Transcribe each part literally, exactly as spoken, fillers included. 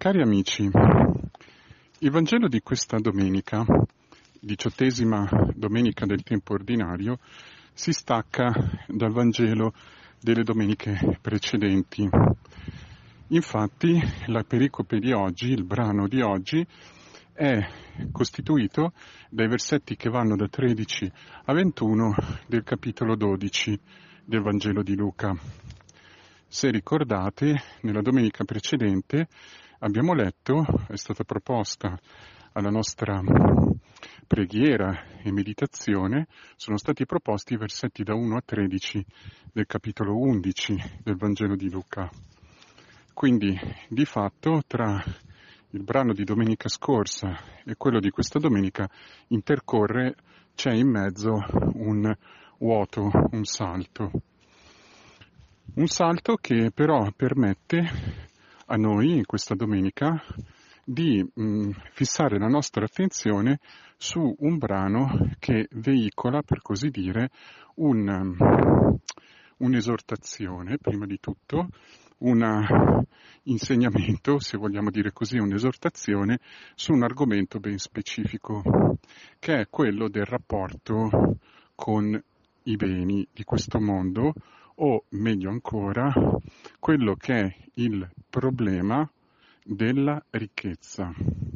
Cari amici, il Vangelo di questa domenica, diciottesima domenica del tempo ordinario, si stacca dal Vangelo delle domeniche precedenti. Infatti, la pericope di oggi, il brano di oggi, è costituito dai versetti che vanno da tredici a ventuno del capitolo dodici del Vangelo di Luca. Se ricordate, nella domenica precedente abbiamo letto, è stata proposta alla nostra preghiera e meditazione, sono stati proposti i versetti da uno a tredici del capitolo undici del Vangelo di Luca. Quindi, di fatto, tra il brano di domenica scorsa e quello di questa domenica intercorre, c'è in mezzo un vuoto, un salto. Un salto che però permette a noi, in questa domenica, di mh, fissare la nostra attenzione su un brano che veicola, per così dire, un, um, un'esortazione, prima di tutto, un insegnamento, se vogliamo dire così, un'esortazione su un argomento ben specifico, che è quello del rapporto con i beni di questo mondo, o meglio ancora, quello che è il problema della ricchezza.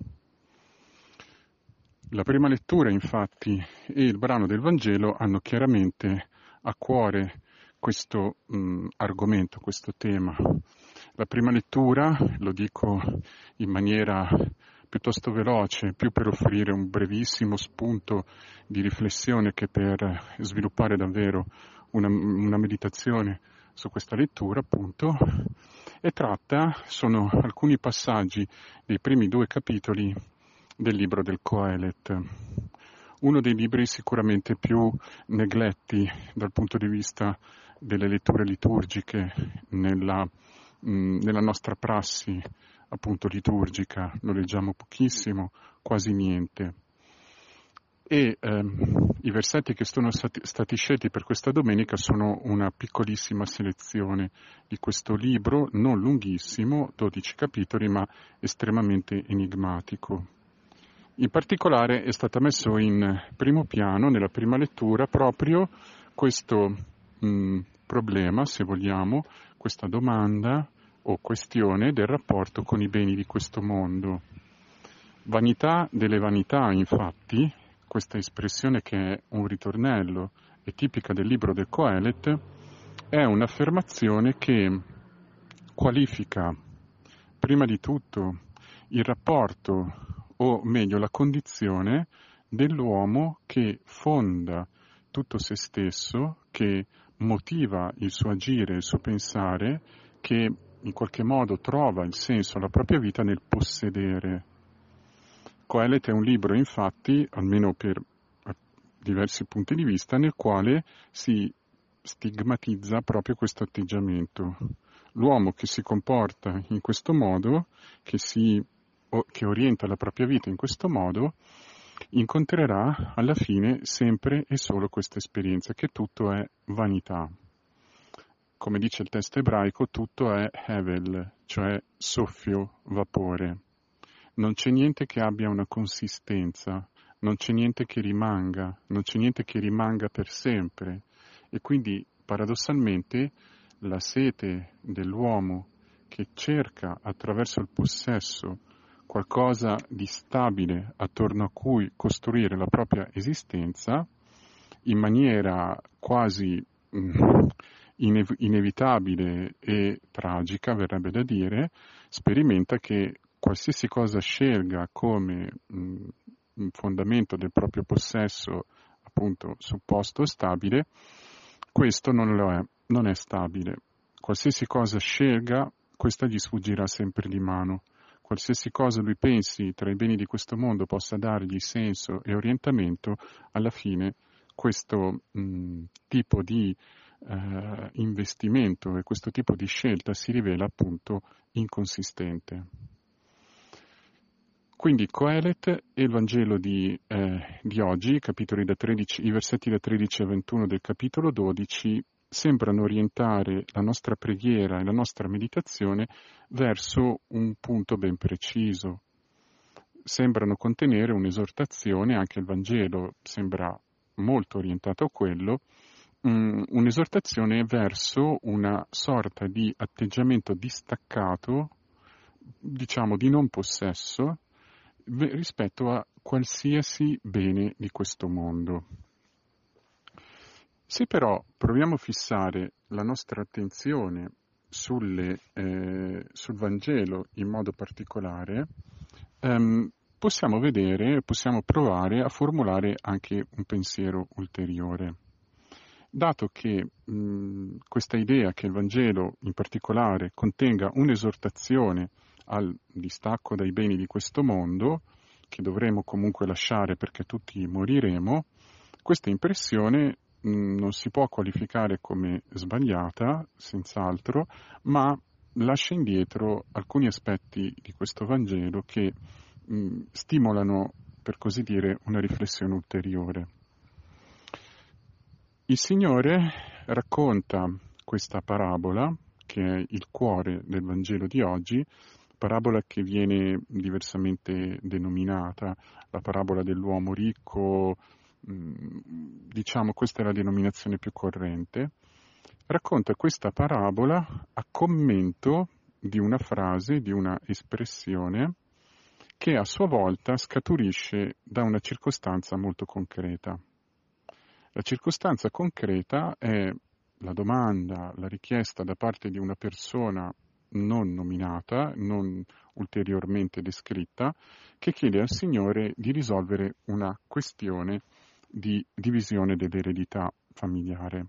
La prima lettura, infatti, e il brano del Vangelo hanno chiaramente a cuore questo mh, argomento, questo tema. La prima lettura, lo dico in maniera piuttosto veloce, più per offrire un brevissimo spunto di riflessione che per sviluppare davvero una, una meditazione su questa lettura, appunto, e tratta, sono alcuni passaggi dei primi due capitoli del libro del Coelet, uno dei libri sicuramente più negletti dal punto di vista delle letture liturgiche nella, mh, nella nostra prassi, appunto, liturgica. Lo leggiamo pochissimo, quasi niente. E ehm, i versetti che sono stati, stati scelti per questa domenica sono una piccolissima selezione di questo libro, non lunghissimo, dodici capitoli, ma estremamente enigmatico. In particolare è stato messo in primo piano, nella prima lettura, proprio questo mh, problema, se vogliamo, questa domanda o questione del rapporto con i beni di questo mondo. Vanità delle vanità, infatti, questa espressione che è un ritornello, è tipica del libro del Coelet, è un'affermazione che qualifica prima di tutto il rapporto, o meglio la condizione dell'uomo che fonda tutto se stesso, che motiva il suo agire, il suo pensare, che in qualche modo trova il senso alla propria vita nel possedere. Coelet è un libro, infatti, almeno per diversi punti di vista, nel quale si stigmatizza proprio questo atteggiamento. L'uomo che si comporta in questo modo, che, si, o, che orienta la propria vita in questo modo, incontrerà alla fine sempre e solo questa esperienza, che tutto è vanità. Come dice il testo ebraico, tutto è hevel, cioè soffio, vapore. Non c'è niente che abbia una consistenza, non c'è niente che rimanga, non c'è niente che rimanga per sempre. E quindi, paradossalmente, la sete dell'uomo che cerca attraverso il possesso qualcosa di stabile attorno a cui costruire la propria esistenza, in maniera quasi mh, inev- inevitabile e tragica, verrebbe da dire, sperimenta che qualsiasi cosa scelga come mh, fondamento del proprio possesso, appunto supposto stabile, questo non lo è, non è stabile. Qualsiasi cosa scelga, questa gli sfuggirà sempre di mano. Qualsiasi cosa lui pensi tra i beni di questo mondo possa dargli senso e orientamento, alla fine questo mh, tipo di eh, investimento e questo tipo di scelta si rivela appunto inconsistente. Quindi Coelet e il Vangelo di, eh, di oggi, capitoli da tredici, i versetti da tredici a ventuno del capitolo dodici, sembrano orientare la nostra preghiera e la nostra meditazione verso un punto ben preciso. Sembrano contenere un'esortazione, anche il Vangelo sembra molto orientato a quello, um, un'esortazione verso una sorta di atteggiamento distaccato, diciamo di non possesso, rispetto a qualsiasi bene di questo mondo. Se però proviamo a fissare la nostra attenzione sulle, eh, sul Vangelo in modo particolare, ehm, possiamo vedere, possiamo provare a formulare anche un pensiero ulteriore. Dato che mh, questa idea che il Vangelo in particolare contenga un'esortazione al distacco dai beni di questo mondo, che dovremo comunque lasciare perché tutti moriremo, questa impressione mh, non si può qualificare come sbagliata, senz'altro, ma lascia indietro alcuni aspetti di questo Vangelo che mh, stimolano, per così dire, una riflessione ulteriore. Il Signore racconta questa parabola, che è il cuore del Vangelo di oggi, parabola che viene diversamente denominata, la parabola dell'uomo ricco, diciamo questa è la denominazione più corrente, racconta questa parabola a commento di una frase, di una espressione, che a sua volta scaturisce da una circostanza molto concreta. La circostanza concreta è la domanda, la richiesta da parte di una persona non nominata, non ulteriormente descritta, che chiede al Signore di risolvere una questione di divisione dell'eredità familiare.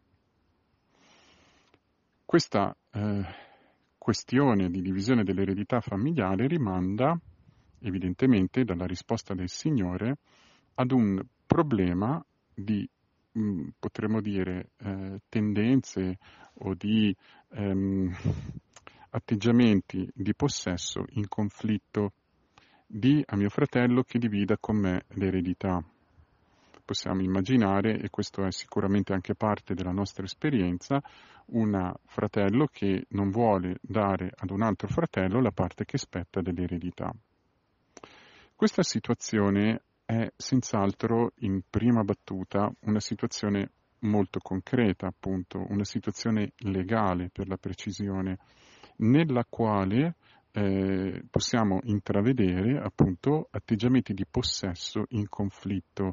Questa eh, questione di divisione dell'eredità familiare rimanda, evidentemente, dalla risposta del Signore ad un problema di potremmo dire, eh, tendenze o di ehm, atteggiamenti di possesso in conflitto di a mio fratello che divida con me l'eredità. Possiamo immaginare, e questo è sicuramente anche parte della nostra esperienza, un fratello che non vuole dare ad un altro fratello la parte che spetta dell'eredità. Questa situazione è senz'altro in prima battuta una situazione molto concreta, appunto, una situazione legale per la precisione, nella quale eh, possiamo intravedere appunto atteggiamenti di possesso in conflitto.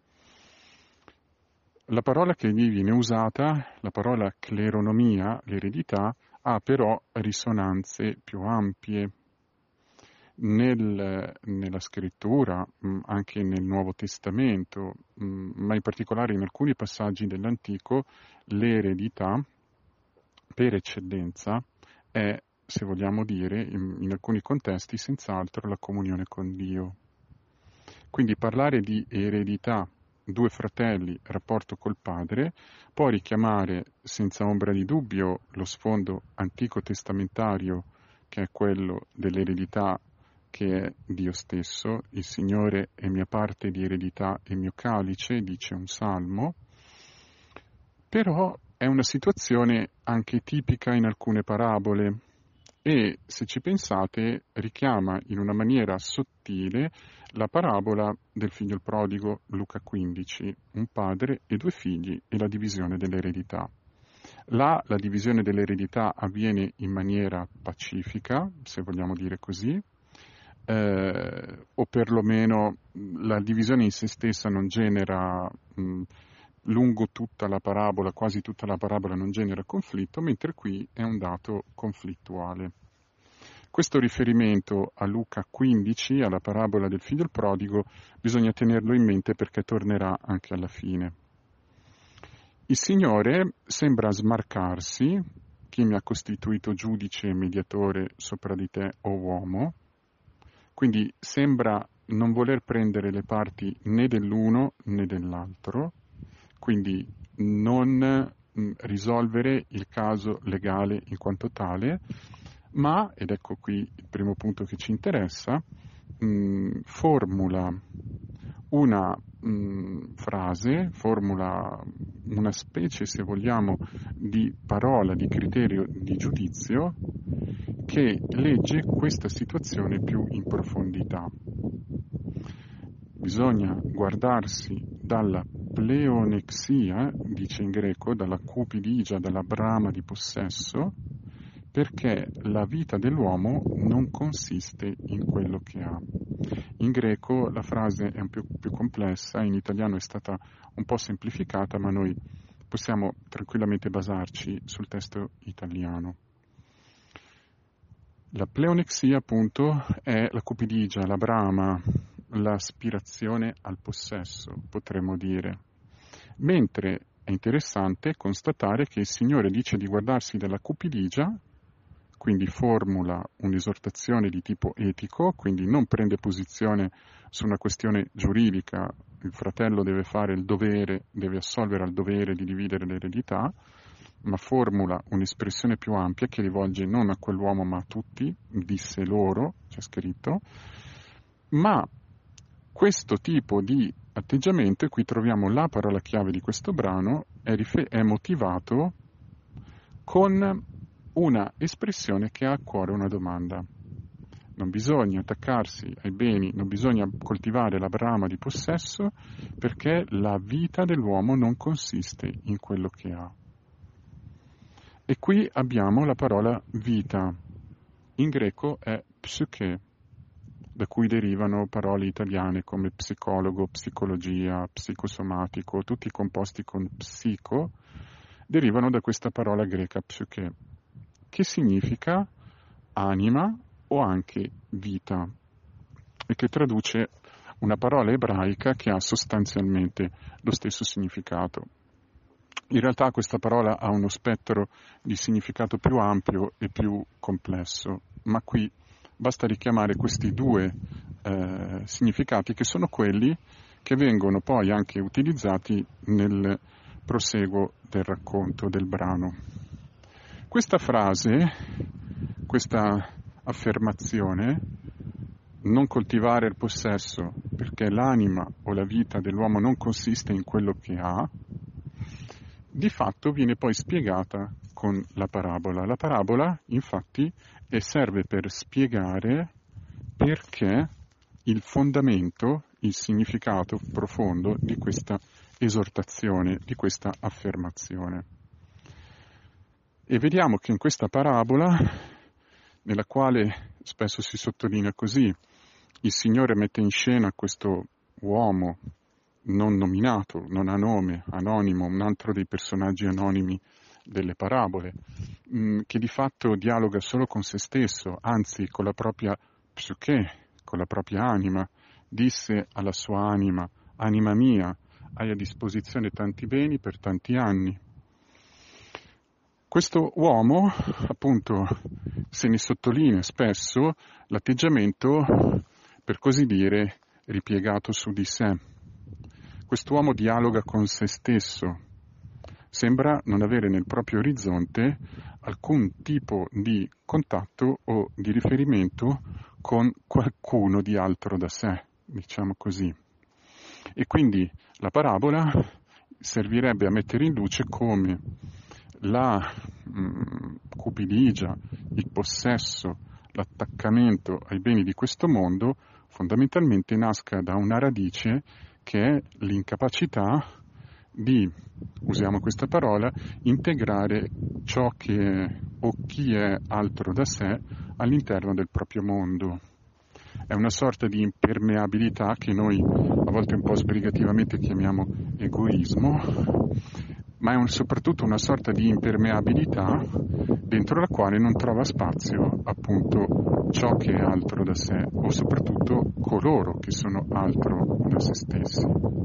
La parola che gli viene usata, la parola cleronomia, l'eredità, ha però risonanze più ampie. Nel, nella scrittura, mh, anche nel Nuovo Testamento, mh, ma in particolare in alcuni passaggi dell'Antico, l'eredità per eccellenza è, se vogliamo dire, in, in alcuni contesti, senz'altro la comunione con Dio. Quindi parlare di eredità, due fratelli, rapporto col padre, può richiamare senza ombra di dubbio lo sfondo antico testamentario, che è quello dell'eredità che è Dio stesso. Il Signore è mia parte di eredità e mio calice, dice un salmo, però è una situazione anche tipica in alcune parabole e, se ci pensate, richiama in una maniera sottile la parabola del figlio il prodigo, Luca quindici, un padre e due figli e la divisione dell'eredità. Là la divisione dell'eredità avviene in maniera pacifica, se vogliamo dire così, Eh, o perlomeno la divisione in se stessa non genera, mh, lungo tutta la parabola, quasi tutta la parabola non genera conflitto, mentre qui è un dato conflittuale. Questo riferimento a Luca quindici, alla parabola del figlio il prodigo, bisogna tenerlo in mente perché tornerà anche alla fine. Il Signore sembra smarcarsi, chi mi ha costituito giudice e mediatore sopra di te, o uomo, quindi sembra non voler prendere le parti né dell'uno né dell'altro, quindi non risolvere il caso legale in quanto tale, ma, ed ecco qui il primo punto che ci interessa, mh, formula una mh, frase, formula una specie, se vogliamo, di parola, di criterio di giudizio che legge questa situazione più in profondità. Bisogna guardarsi dalla pleonexia, dice in greco, dalla cupidigia, dalla brama di possesso, perché la vita dell'uomo non consiste in quello che ha. In greco la frase è un più, più complessa, in italiano è stata un po' semplificata, ma noi possiamo tranquillamente basarci sul testo italiano. La pleonexia, appunto, è la cupidigia, la brama, l'aspirazione al possesso, potremmo dire. Mentre è interessante constatare che il Signore dice di guardarsi dalla cupidigia, quindi formula un'esortazione di tipo etico, quindi non prende posizione su una questione giuridica, il fratello deve fare il dovere, deve assolvere al dovere di dividere l'eredità, ma formula un'espressione più ampia che rivolge non a quell'uomo ma a tutti, disse loro, c'è scritto, ma questo tipo di atteggiamento, e qui troviamo la parola chiave di questo brano, è, rifer- è motivato con una espressione che ha a cuore una domanda. Non bisogna attaccarsi ai beni, non bisogna coltivare la brama di possesso, perché la vita dell'uomo non consiste in quello che ha. E qui abbiamo la parola vita. In greco è psyche, da cui derivano parole italiane come psicologo, psicologia, psicosomatico, tutti composti con psico, derivano da questa parola greca psyche, che significa anima o anche vita, e che traduce una parola ebraica che ha sostanzialmente lo stesso significato. In realtà questa parola ha uno spettro di significato più ampio e più complesso, ma qui basta richiamare questi due eh, significati che sono quelli che vengono poi anche utilizzati nel proseguo del racconto del brano. Questa frase, questa affermazione, non coltivare il possesso perché l'anima o la vita dell'uomo non consiste in quello che ha, di fatto viene poi spiegata con la parabola. La parabola, infatti, serve per spiegare perché il fondamento, il significato profondo di questa esortazione, di questa affermazione. E vediamo che in questa parabola, nella quale spesso si sottolinea così, il Signore mette in scena questo uomo non nominato, non ha nome, anonimo, un altro dei personaggi anonimi delle parabole, mh, che di fatto dialoga solo con se stesso, anzi con la propria psiche, con la propria anima. Disse alla sua anima: anima mia, hai a disposizione tanti beni per tanti anni. Questo uomo, appunto, se ne sottolinea spesso l'atteggiamento, per così dire, ripiegato su di sé. Quest'uomo dialoga con se stesso, sembra non avere nel proprio orizzonte alcun tipo di contatto o di riferimento con qualcuno di altro da sé, diciamo così. E quindi la parabola servirebbe a mettere in luce come la mh, cupidigia, il possesso, l'attaccamento ai beni di questo mondo fondamentalmente nasca da una radice che è l'incapacità di, usiamo questa parola, integrare ciò che è o chi è altro da sé all'interno del proprio mondo. È una sorta di impermeabilità che noi a volte un po' sbrigativamente chiamiamo egoismo, ma è un, soprattutto una sorta di impermeabilità dentro la quale non trova spazio appunto ciò che è altro da sé, o soprattutto coloro che sono altro da se stessi.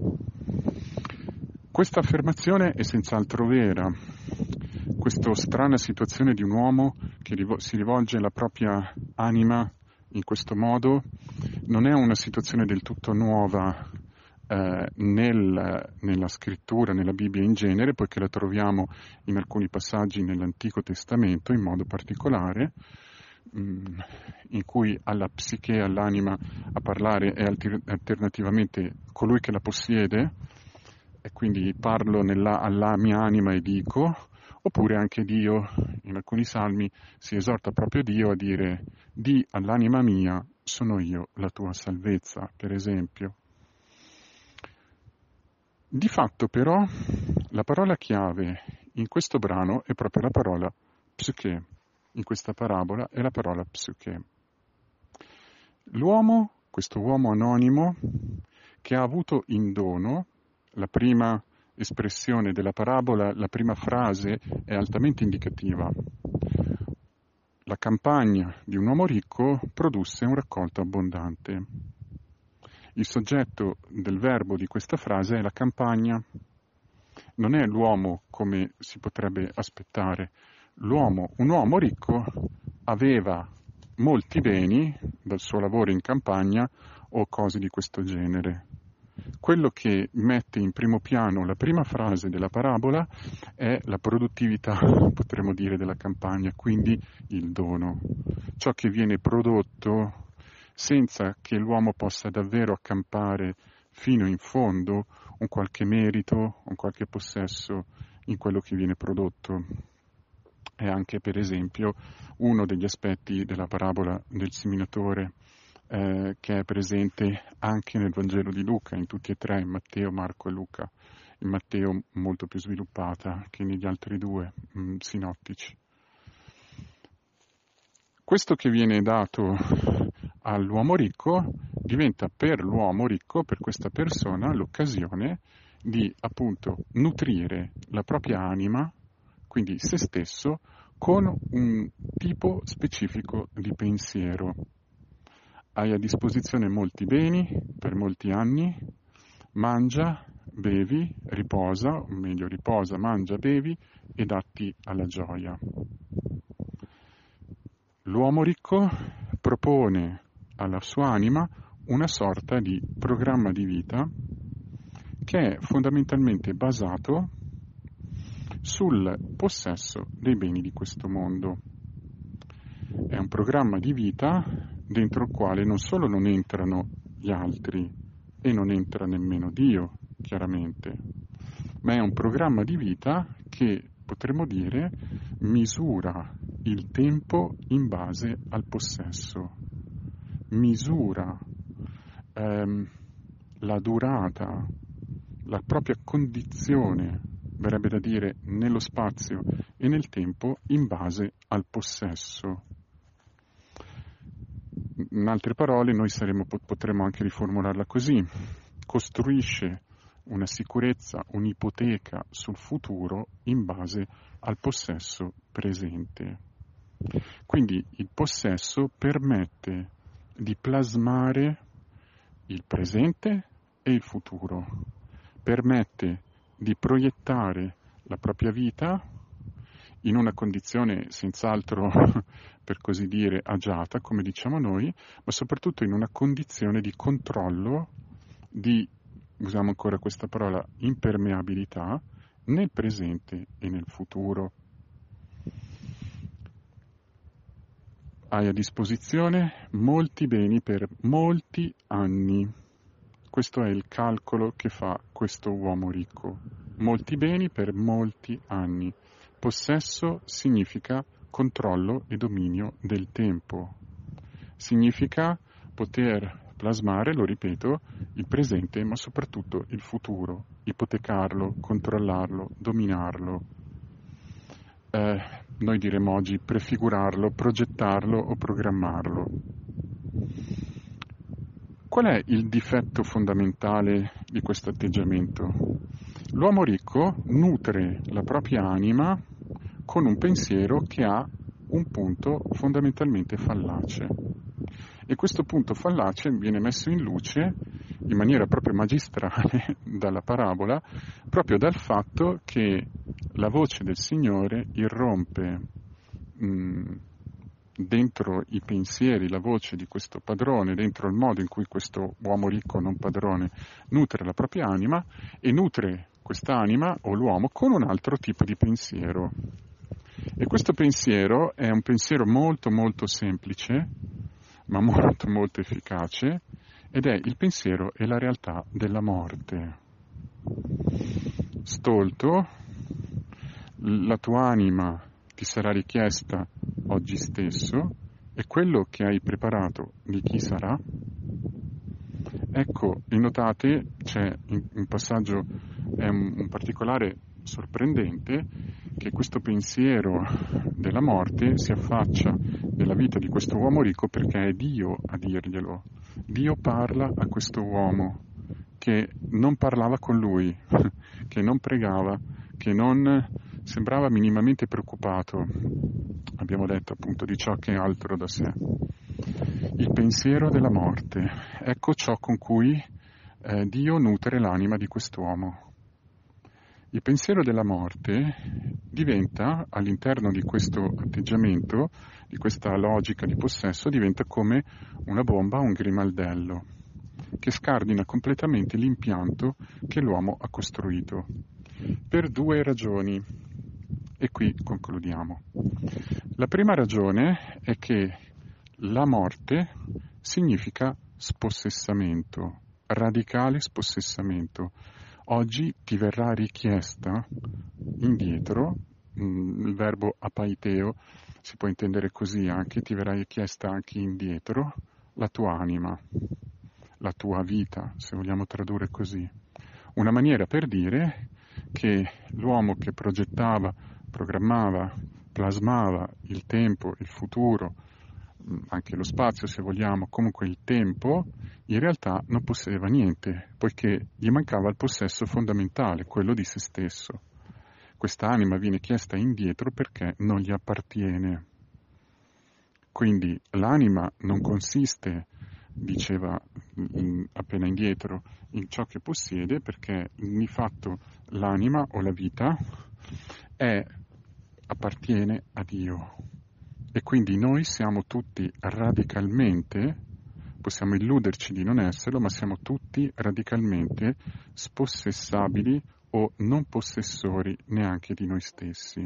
Questa affermazione è senz'altro vera. Questa strana situazione di un uomo che rivol- si rivolge alla propria anima in questo modo non è una situazione del tutto nuova eh, nel, nella scrittura, nella Bibbia in genere, poiché la troviamo in alcuni passaggi nell'Antico Testamento in modo particolare. in cui alla psiche, all'anima, a parlare è alter- alternativamente colui che la possiede, e quindi parlo nella, alla mia anima e dico, oppure anche Dio, in alcuni salmi, si esorta proprio Dio a dire: di all'anima mia, sono io la tua salvezza, per esempio. Di fatto però la parola chiave in questo brano è proprio la parola psuche, in questa parabola è la parola psuche. L'uomo, questo uomo anonimo, che ha avuto in dono, la prima espressione della parabola, la prima frase è altamente indicativa. La campagna di un uomo ricco produsse un raccolto abbondante. Il soggetto del verbo di questa frase è la campagna. Non è l'uomo come si potrebbe aspettare. L'uomo, un uomo ricco aveva molti beni dal suo lavoro in campagna o cose di questo genere. Quello che mette in primo piano la prima frase della parabola è la produttività, potremmo dire, della campagna, quindi il dono. Ciò che viene prodotto senza che l'uomo possa davvero accampare fino in fondo un qualche merito, un qualche possesso in quello che viene prodotto. È anche, per esempio, uno degli aspetti della parabola del seminatore, eh, che è presente anche nel Vangelo di Luca, in tutti e tre, in Matteo, Marco e Luca. In Matteo molto più sviluppata che negli altri due mh, sinottici. Questo che viene dato all'uomo ricco diventa per l'uomo ricco, per questa persona, l'occasione di appunto nutrire la propria anima, quindi se stesso, con un tipo specifico di pensiero. Hai a disposizione molti beni per molti anni, mangia, bevi, riposa, o meglio riposa, mangia, bevi e datti alla gioia. L'uomo ricco propone alla sua anima una sorta di programma di vita che è fondamentalmente basato sul possesso dei beni di questo mondo. È un programma di vita dentro il quale non solo non entrano gli altri e non entra nemmeno Dio, chiaramente, ma è un programma di vita che, potremmo dire, misura il tempo in base al possesso, misura ehm, la durata, la propria condizione, verrebbe da dire, nello spazio e nel tempo in base al possesso. In altre parole, noi saremo, potremmo anche riformularla così: costruisce una sicurezza, un'ipoteca sul futuro in base al possesso presente. Quindi il possesso permette di plasmare il presente e il futuro, permette di proiettare la propria vita in una condizione senz'altro, per così dire, agiata, come diciamo noi, ma soprattutto in una condizione di controllo, di, usiamo ancora questa parola, impermeabilità, nel presente e nel futuro. Hai a disposizione molti beni per molti anni. Questo è il calcolo che fa questo uomo ricco. Molti beni per molti anni. Possesso significa controllo e dominio del tempo. Significa poter plasmare, lo ripeto, il presente, ma soprattutto il futuro, ipotecarlo, controllarlo, dominarlo. Eh, noi diremmo oggi prefigurarlo, progettarlo o programmarlo. Qual è il difetto fondamentale di questo atteggiamento? L'uomo ricco nutre la propria anima con un pensiero che ha un punto fondamentalmente fallace. E questo punto fallace viene messo in luce in maniera proprio magistrale dalla parabola, proprio dal fatto che la voce del Signore irrompe mh, dentro i pensieri, la voce di questo padrone, dentro il modo in cui questo uomo ricco non padrone nutre la propria anima e nutre quest'anima o l'uomo con un altro tipo di pensiero. E questo pensiero è un pensiero molto molto semplice, ma molto molto efficace, ed è il pensiero e la realtà della morte. Stolto, la tua anima ti sarà richiesta oggi stesso, e quello che hai preparato di chi sarà? Ecco, e notate, c'è un passaggio, è un, un particolare sorprendente, che questo pensiero della morte si affaccia nella vita di questo uomo ricco perché è Dio a dirglielo. Dio parla a questo uomo che non parlava con lui, che non pregava, che non sembrava minimamente preoccupato, abbiamo detto appunto, di ciò che è altro da sé. Il pensiero della morte, ecco ciò con cui eh, Dio nutre l'anima di quest'uomo. Il pensiero della morte diventa, all'interno di questo atteggiamento, di questa logica di possesso, diventa come una bomba o un grimaldello, che scardina completamente l'impianto che l'uomo ha costruito, per due ragioni, e qui concludiamo. La prima ragione è che la morte significa spossessamento, radicale spossessamento. Oggi ti verrà richiesta indietro, mh, il verbo apaiteo si può intendere così anche, ti verrà richiesta anche indietro la tua anima, la tua vita, se vogliamo tradurre così. Una maniera per dire che l'uomo che progettava, programmava, plasmava il tempo, il futuro, anche lo spazio se vogliamo, comunque il tempo, in realtà non possedeva niente, poiché gli mancava il possesso fondamentale, quello di se stesso. Questa anima viene chiesta indietro perché non gli appartiene. Quindi l'anima non consiste, diceva appena indietro, in ciò che possiede, perché di fatto l'anima o la vita è, appartiene a Dio. E quindi noi siamo tutti radicalmente, possiamo illuderci di non esserlo, ma siamo tutti radicalmente spossessabili o non possessori neanche di noi stessi.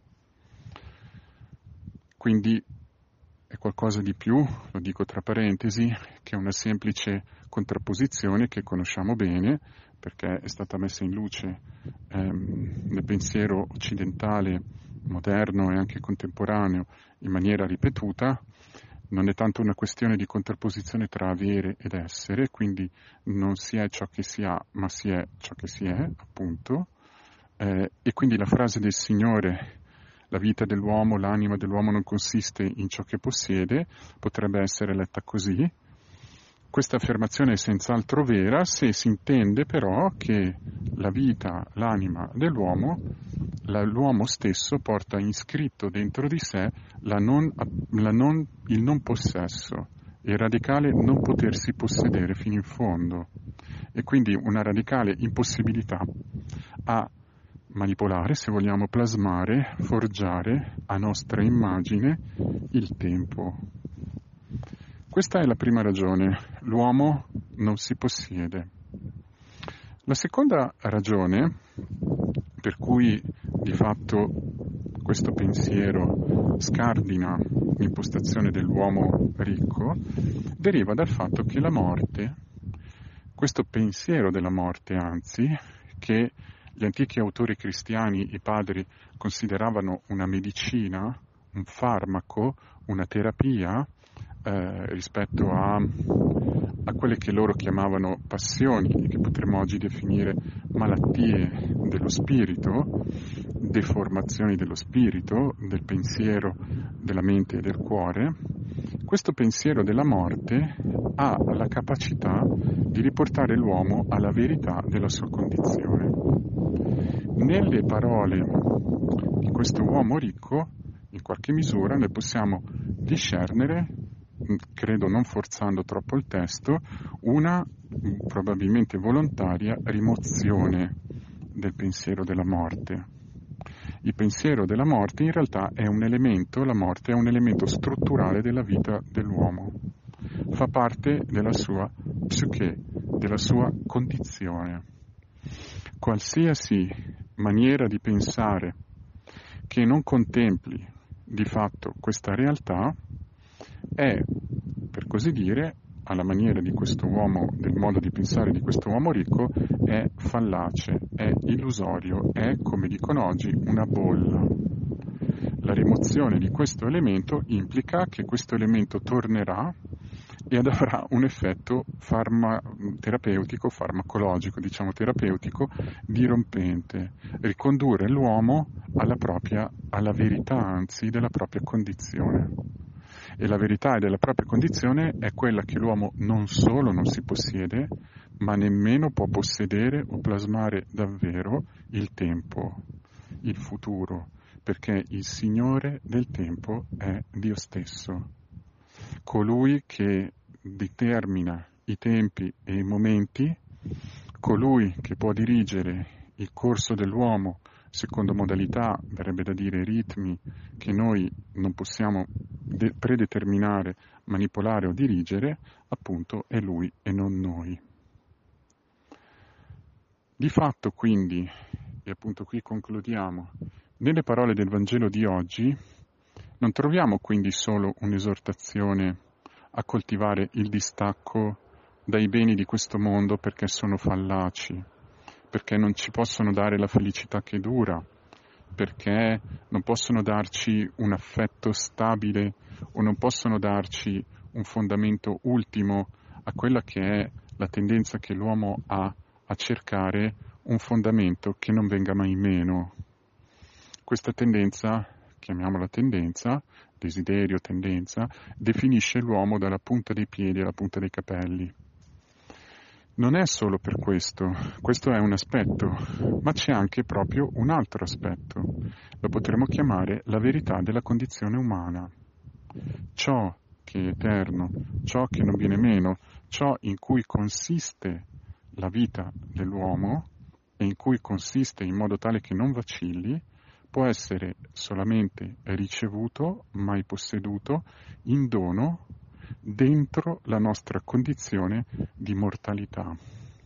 Quindi è qualcosa di più, lo dico tra parentesi, che una semplice contrapposizione che conosciamo bene, perché è stata messa in luce ehm, nel pensiero occidentale moderno e anche contemporaneo in maniera ripetuta. Non è tanto una questione di contrapposizione tra avere ed essere, quindi non si è ciò che si ha, ma si è ciò che si è, appunto. Eh, e quindi la frase del Signore, la vita dell'uomo, l'anima dell'uomo non consiste in ciò che possiede, potrebbe essere letta così. Questa affermazione è senz'altro vera se si intende però che la vita, l'anima dell'uomo, la, l'uomo stesso porta iscritto dentro di sé la non, la non, il non possesso, il radicale non potersi possedere fino in fondo, e quindi una radicale impossibilità a manipolare, se vogliamo plasmare, forgiare a nostra immagine il tempo. Questa è la prima ragione, l'uomo non si possiede. La seconda ragione per cui di fatto questo pensiero scardina l'impostazione dell'uomo ricco deriva dal fatto che la morte, questo pensiero della morte anzi, che gli antichi autori cristiani, i padri, consideravano una medicina, un farmaco, una terapia, Eh, rispetto a, a quelle che loro chiamavano passioni e che potremmo oggi definire malattie dello spirito, deformazioni dello spirito, del pensiero, della mente e del cuore. Questo pensiero della morte ha la capacità di riportare l'uomo alla verità della sua condizione. Nelle parole di questo uomo ricco, in qualche misura, noi possiamo discernere, credo non forzando troppo il testo, una probabilmente volontaria rimozione del pensiero della morte. Il pensiero della morte in realtà è un elemento, la morte è un elemento strutturale della vita dell'uomo, fa parte della sua psiche, della sua condizione. Qualsiasi maniera di pensare che non contempli di fatto questa realtà è per così dire, alla maniera di questo uomo, del modo di pensare di questo uomo ricco, è fallace, è illusorio, è, come dicono oggi, una bolla. La rimozione di questo elemento implica che questo elemento tornerà ed avrà un effetto farma- terapeutico, farmacologico, diciamo terapeutico, dirompente, ricondurre l'uomo alla propria, alla verità, anzi, della propria condizione. E la verità della propria condizione è quella che l'uomo non solo non si possiede, ma nemmeno può possedere o plasmare davvero il tempo, il futuro, perché il Signore del tempo è Dio stesso, colui che determina i tempi e i momenti, colui che può dirigere il corso dell'uomo secondo modalità, verrebbe da dire ritmi, che noi non possiamo de- predeterminare, manipolare o dirigere, appunto è Lui e non noi. Di fatto, quindi, e appunto qui concludiamo, nelle parole del Vangelo di oggi non troviamo quindi solo un'esortazione a coltivare il distacco dai beni di questo mondo perché sono fallaci, perché non ci possono dare la felicità che dura, perché non possono darci un affetto stabile o non possono darci un fondamento ultimo a quella che è la tendenza che l'uomo ha a cercare un fondamento che non venga mai meno. Questa tendenza, chiamiamola tendenza, desiderio, tendenza, definisce l'uomo dalla punta dei piedi alla punta dei capelli. Non è solo per questo, questo è un aspetto, ma c'è anche proprio un altro aspetto. Lo potremmo chiamare la verità della condizione umana. Ciò che è eterno, ciò che non viene meno, ciò in cui consiste la vita dell'uomo e in cui consiste in modo tale che non vacilli, può essere solamente ricevuto, mai posseduto, in dono, dentro la nostra condizione di mortalità.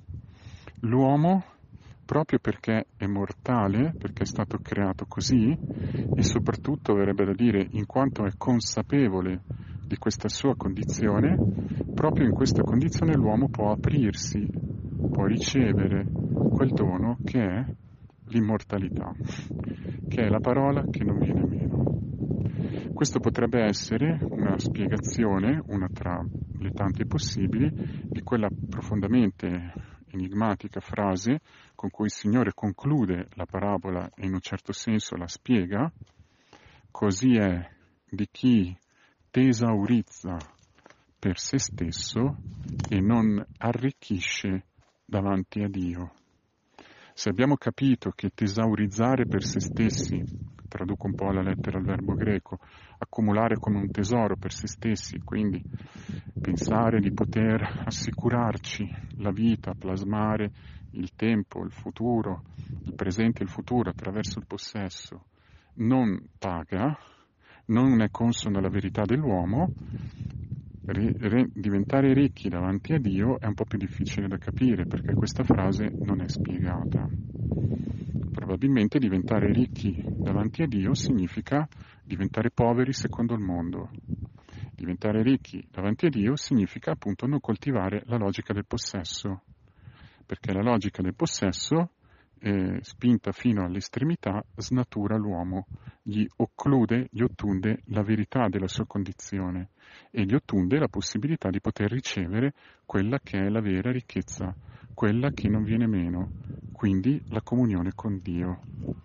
L'uomo, proprio perché è mortale, perché è stato creato così, e soprattutto verrebbe da dire in quanto è consapevole di questa sua condizione, proprio in questa condizione l'uomo può aprirsi, può ricevere quel dono che è l'immortalità, che è la parola che non viene meno. Questo potrebbe essere una spiegazione, una tra le tante possibili, di quella profondamente enigmatica frase con cui il Signore conclude la parabola e in un certo senso la spiega: così è di chi tesaurizza per se stesso e non arricchisce davanti a Dio. Se abbiamo capito che tesaurizzare per se stessi, traduco un po' la lettera al verbo greco, accumulare come un tesoro per se stessi, quindi pensare di poter assicurarci la vita, plasmare il tempo, il futuro, il presente e il futuro attraverso il possesso, non paga, non è consono alla verità dell'uomo. Ri, re, diventare ricchi davanti a Dio è un po' più difficile da capire perché questa frase non è spiegata. Probabilmente diventare ricchi davanti a Dio significa diventare poveri secondo il mondo. Diventare ricchi davanti a Dio significa appunto non coltivare la logica del possesso, perché la logica del possesso, eh, spinta fino all'estremità, snatura l'uomo, gli occlude, gli ottunde la verità della sua condizione e gli ottunde la possibilità di poter ricevere quella che è la vera ricchezza, quella che non viene meno, quindi la comunione con Dio.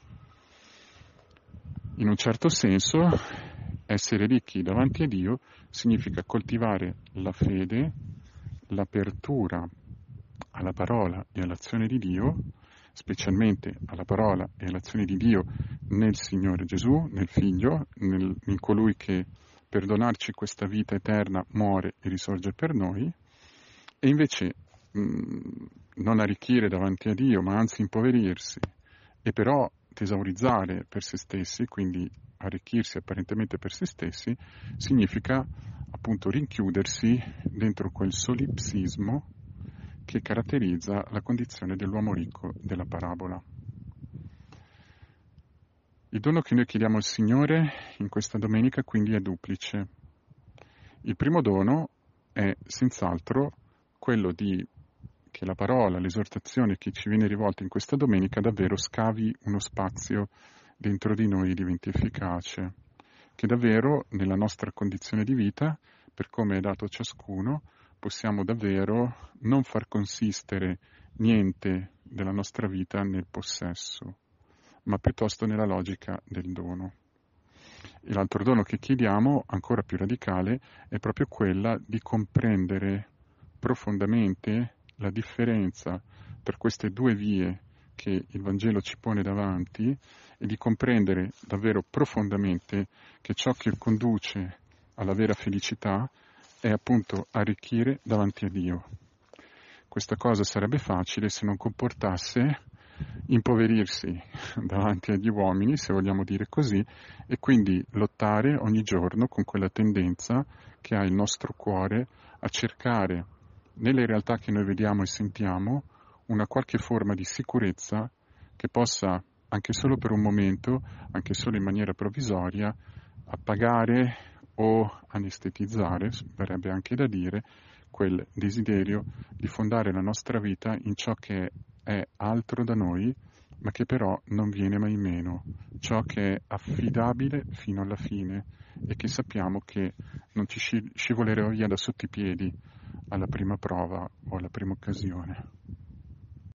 In un certo senso, essere ricchi davanti a Dio significa coltivare la fede, l'apertura alla parola e all'azione di Dio, specialmente alla parola e all'azione di Dio nel Signore Gesù, nel Figlio, nel, in colui che per donarci questa vita eterna muore e risorge per noi, e invece mh, non arricchire davanti a Dio, ma anzi impoverirsi, e però tesaurizzare per se stessi, quindi arricchirsi apparentemente per se stessi, significa appunto rinchiudersi dentro quel solipsismo che caratterizza la condizione dell'uomo ricco della parabola. Il dono che noi chiediamo al Signore in questa domenica quindi è duplice. Il primo dono è senz'altro quello di che la parola, l'esortazione che ci viene rivolta in questa domenica davvero scavi uno spazio dentro di noi e diventi efficace, che davvero nella nostra condizione di vita, per come è dato a ciascuno, possiamo davvero non far consistere niente della nostra vita nel possesso, ma piuttosto nella logica del dono. E l'altro dono che chiediamo, ancora più radicale, è proprio quella di comprendere profondamente la differenza tra queste due vie che il Vangelo ci pone davanti e di comprendere davvero profondamente che ciò che conduce alla vera felicità è appunto arricchire davanti a Dio. Questa cosa sarebbe facile se non comportasse impoverirsi davanti agli uomini, se vogliamo dire così, e quindi lottare ogni giorno con quella tendenza che ha il nostro cuore a cercare nelle realtà che noi vediamo e sentiamo una qualche forma di sicurezza che possa, anche solo per un momento, anche solo in maniera provvisoria, appagare o anestetizzare, verrebbe anche da dire, quel desiderio di fondare la nostra vita in ciò che è altro da noi, ma che però non viene mai meno, ciò che è affidabile fino alla fine e che sappiamo che non ci sci- scivolerà via da sotto i piedi alla prima prova o alla prima occasione.